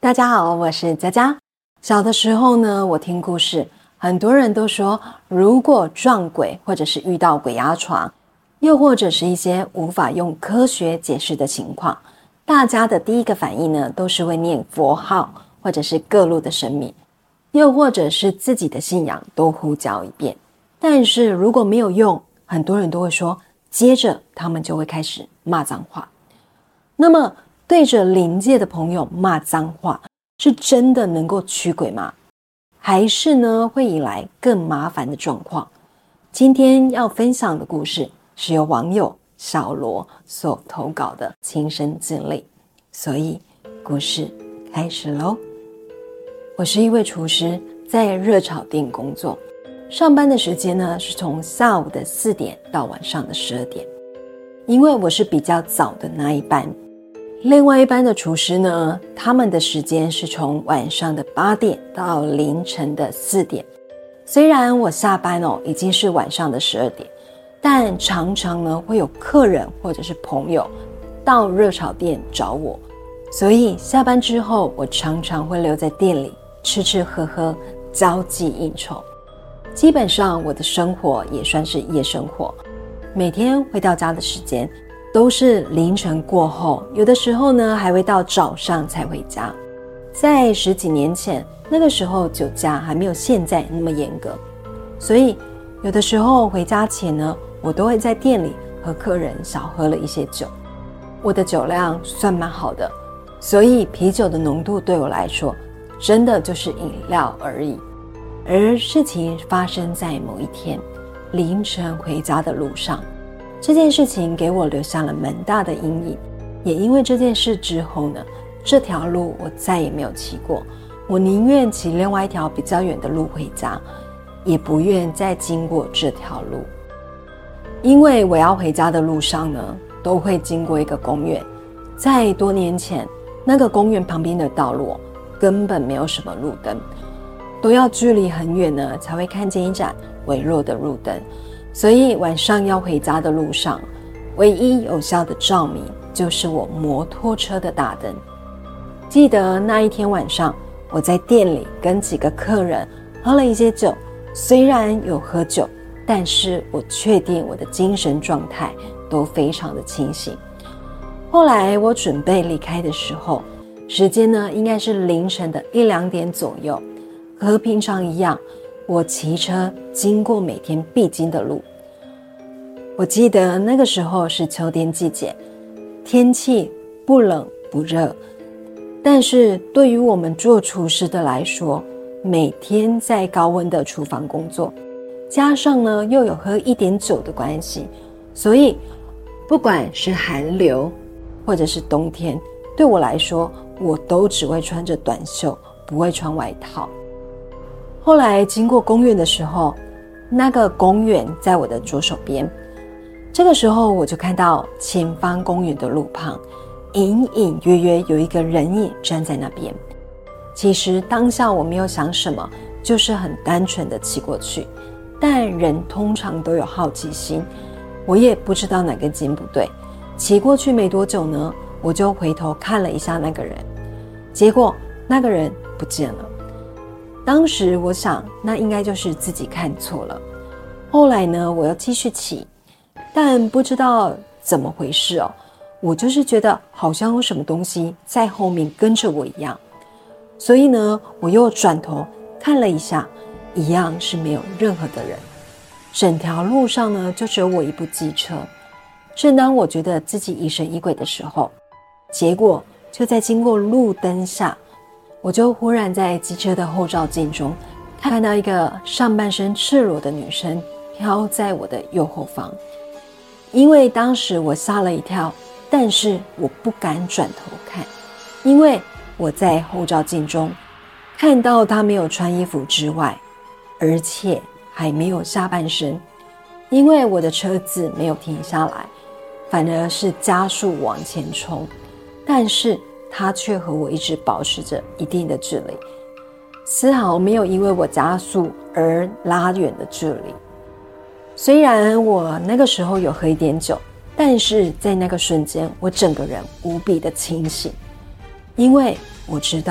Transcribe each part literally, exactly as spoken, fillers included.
大家好，我是佳佳。小的时候呢，我听故事，很多人都说，如果撞鬼或者是遇到鬼压床，又或者是一些无法用科学解释的情况，大家的第一个反应呢，都是会念佛号，或者是各路的神明，又或者是自己的信仰都呼叫一遍。但是如果没有用，很多人都会说，接着他们就会开始骂脏话。那么对着灵界的朋友骂脏话，是真的能够驱鬼吗？还是呢会引来更麻烦的状况？今天要分享的故事是由网友小罗所投稿的亲身经历，所以故事开始咯。我是一位厨师，在热炒店工作，上班的时间呢是从下午的四点到晚上的十二点。因为我是比较早的那一班，另外一班的厨师呢，他们的时间是从晚上的八点到凌晨的四点。虽然我下班哦已经是晚上的十二点，但常常呢会有客人或者是朋友到热炒店找我，所以下班之后我常常会留在店里吃吃喝喝，交际应酬。基本上我的生活也算是夜生活，每天回到家的时间都是凌晨过后，有的时候呢还会到早上才回家。在十几年前，那个时候酒驾还没有现在那么严格，所以有的时候回家前呢，我都会在店里和客人小喝了一些酒。我的酒量算蛮好的，所以啤酒的浓度对我来说真的就是饮料而已。而事情发生在某一天凌晨回家的路上，这件事情给我留下了蛮大的阴影。也因为这件事之后呢，这条路我再也没有骑过，我宁愿骑另外一条比较远的路回家，也不愿再经过这条路。因为我要回家的路上呢，都会经过一个公园。在多年前，那个公园旁边的道路根本没有什么路灯，都要距离很远呢才会看见一盏微弱的路灯，所以晚上要回家的路上，唯一有效的照明就是我摩托车的大灯。记得那一天晚上，我在店里跟几个客人喝了一些酒，虽然有喝酒，但是我确定我的精神状态都非常的清醒。后来我准备离开的时候，时间呢应该是凌晨的一两点左右，和平常一样，我骑车经过每天必经的路。我记得那个时候是秋天季节，天气不冷不热，但是对于我们做厨师的来说，每天在高温的厨房工作，加上呢又有喝一点酒的关系，所以不管是寒流或者是冬天，对我来说我都只会穿着短袖，不会穿外套。后来经过公园的时候，那个公园在我的左手边，这个时候我就看到前方公园的路旁隐隐约约有一个人影站在那边。其实当下我没有想什么，就是很单纯的骑过去，但人通常都有好奇心，我也不知道哪根筋不对，骑过去没多久呢，我就回头看了一下那个人，结果那个人不见了。当时我想那应该就是自己看错了。后来呢，我又继续骑，但不知道怎么回事哦，我就是觉得好像有什么东西在后面跟着我一样，所以呢，我又转头看了一下，一样是没有任何的人。整条路上呢，就只有我一部机车。正当我觉得自己疑神疑鬼的时候，结果就在经过路灯下，我就忽然在机车的后照镜中看到一个上半身赤裸的女生飘在我的右后方。因为当时我吓了一跳，但是我不敢转头看，因为我在后照镜中看到她没有穿衣服之外，而且还没有下半身。因为我的车子没有停下来，反而是加速往前冲，但是他却和我一直保持着一定的距离，丝毫没有因为我加速而拉远的距离。虽然我那个时候有喝一点酒，但是在那个瞬间我整个人无比的清醒，因为我知道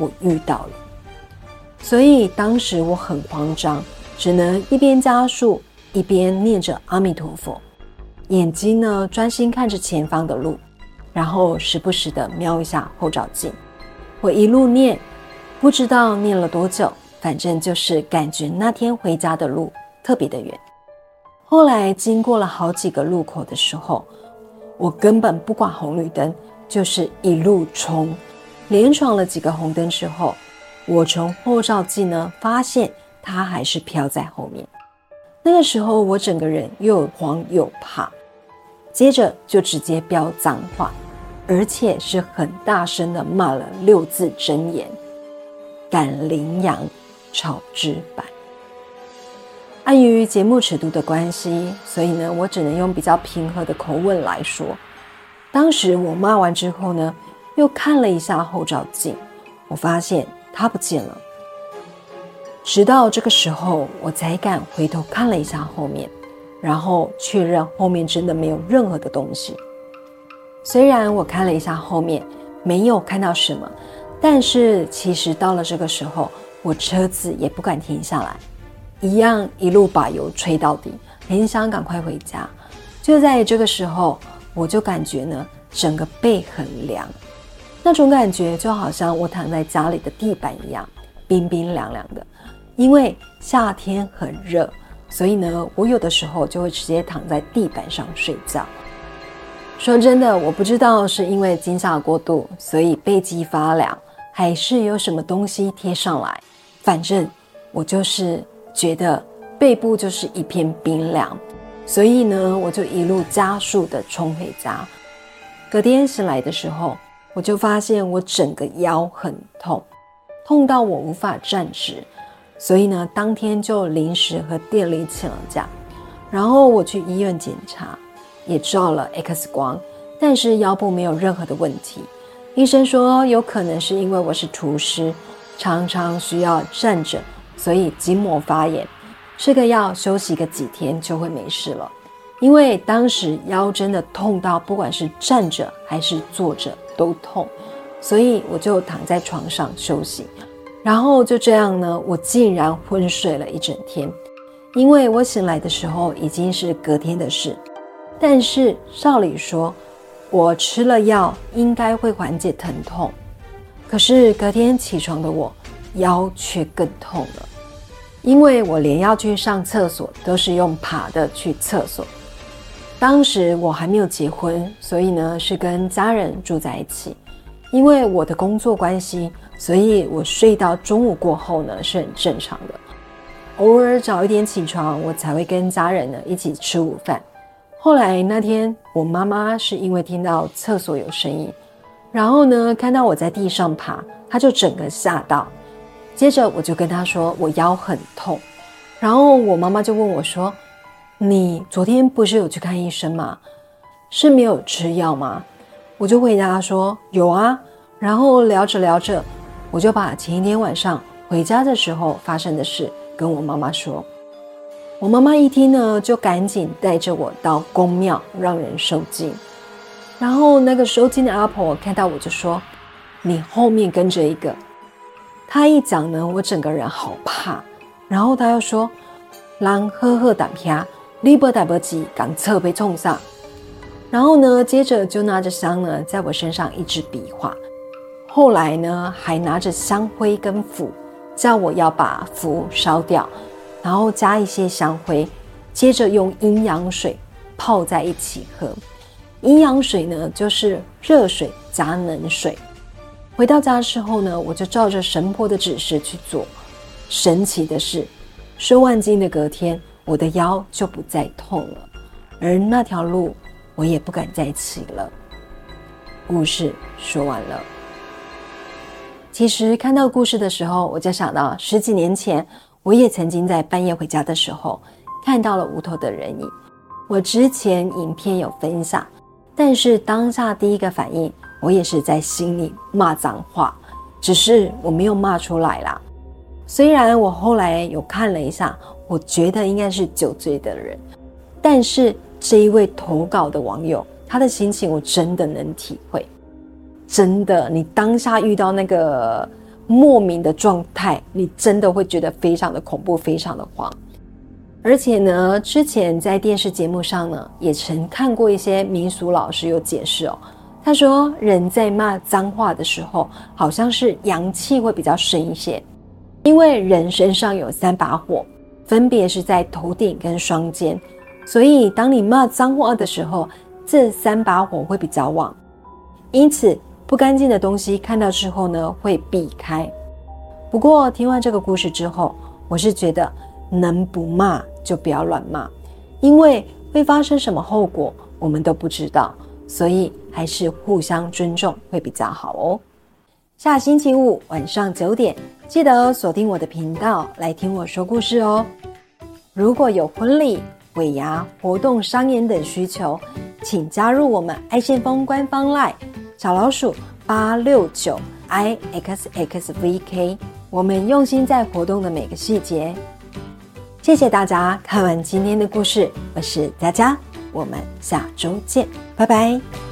我遇到了。所以当时我很慌张，只能一边加速一边念着阿弥陀佛，眼睛呢专心看着前方的路，然后时不时的瞄一下后照镜。我一路念，不知道念了多久，反正就是感觉那天回家的路特别的远。后来经过了好几个路口的时候，我根本不管红绿灯，就是一路冲，连闯了几个红灯之后，我从后照镜呢发现它还是飘在后面。那个时候我整个人又慌又怕，接着就直接飙脏话，而且是很大声的骂了六字真言：赶羚羊，草之白。碍于节目尺度的关系，所以呢，我只能用比较平和的口吻来说。当时我骂完之后呢，又看了一下后照镜，我发现它不见了。直到这个时候，我才敢回头看了一下后面，然后确认后面真的没有任何的东西。虽然我看了一下后面，没有看到什么，但是其实到了这个时候，我车子也不敢停下来，一样一路把油吹到底，很想赶快回家。就在这个时候，我就感觉呢，整个背很凉，那种感觉就好像我躺在家里的地板一样，冰冰凉凉的。因为夏天很热，所以呢，我有的时候就会直接躺在地板上睡觉。说真的，我不知道是因为惊吓过度，所以背脊发凉，还是有什么东西贴上来，反正我就是觉得背部就是一片冰凉，所以呢，我就一路加速的冲回家。隔天醒来的时候，我就发现我整个腰很痛，痛到我无法站直，所以呢，当天就临时和店里请了假。然后我去医院检查，也照了 X 光，但是腰部没有任何的问题。医生说有可能是因为我是厨师，常常需要站着，所以筋膜发炎，吃个药休息个几天就会没事了。因为当时腰真的痛到不管是站着还是坐着都痛，所以我就躺在床上休息。然后就这样呢，我竟然昏睡了一整天。因为我醒来的时候已经是隔天的事，但是照理说我吃了药应该会缓解疼痛，可是隔天起床的我腰却更痛了。因为我连要去上厕所都是用爬的去厕所。当时我还没有结婚，所以呢是跟家人住在一起。因为我的工作关系，所以我睡到中午过后呢是很正常的。偶尔早一点起床，我才会跟家人呢一起吃午饭。后来那天我妈妈是因为听到厕所有声音，然后呢看到我在地上爬，她就整个吓到。接着我就跟她说我腰很痛，然后我妈妈就问我说，你昨天不是有去看医生吗？是没有吃药吗？我就回答说有啊。然后聊着聊着，我就把前一天晚上回家的时候发生的事跟我妈妈说。我妈妈一听呢，就赶紧带着我到公庙让人收金。然后那个收金的阿婆看到我就说，你后面跟着一个。她一讲呢，我整个人好怕。然后她又说，人好好胆皮，你不代不及赶侧被冲上。然后呢，接着就拿着香呢，在我身上一直比划。后来呢，还拿着香灰跟符，叫我要把符烧掉，然后加一些香灰，接着用阴阳水泡在一起喝。阴阳水呢，就是热水加冷水。回到家之后呢，我就照着神婆的指示去做。神奇的是，收完经的隔天，我的腰就不再痛了，而那条路我也不敢再骑了。故事说完了。其实看到故事的时候，我就想到十几年前，我也曾经在半夜回家的时候看到了无头的人影。我之前影片有分享，但是当下第一个反应，我也是在心里骂脏话，只是我没有骂出来啦。虽然我后来有看了一下，我觉得应该是酒醉的人，但是这一位投稿的网友，他的心情我真的能体会。真的，你当下遇到那个莫名的状态，你真的会觉得非常的恐怖，非常的慌。而且呢，之前在电视节目上呢，也曾看过一些民俗老师有解释哦。他说，人在骂脏话的时候，好像是阳气会比较深一些，因为人身上有三把火，分别是在头顶跟双肩，所以当你骂脏话的时候，这三把火会比较旺，因此不干净的东西看到之后呢，会避开。不过听完这个故事之后，我是觉得能不骂就不要乱骂，因为会发生什么后果我们都不知道，所以还是互相尊重会比较好哦。下星期五晚上九点，记得锁定我的频道来听我说故事哦。如果有婚礼、尾牙、活动、商演等需求，请加入我们爱先锋官方 LINE 小老鼠八六九 I X X V K， 我们用心在活动的每个细节。谢谢大家看完今天的故事，我是佳佳，我们下周见，拜拜。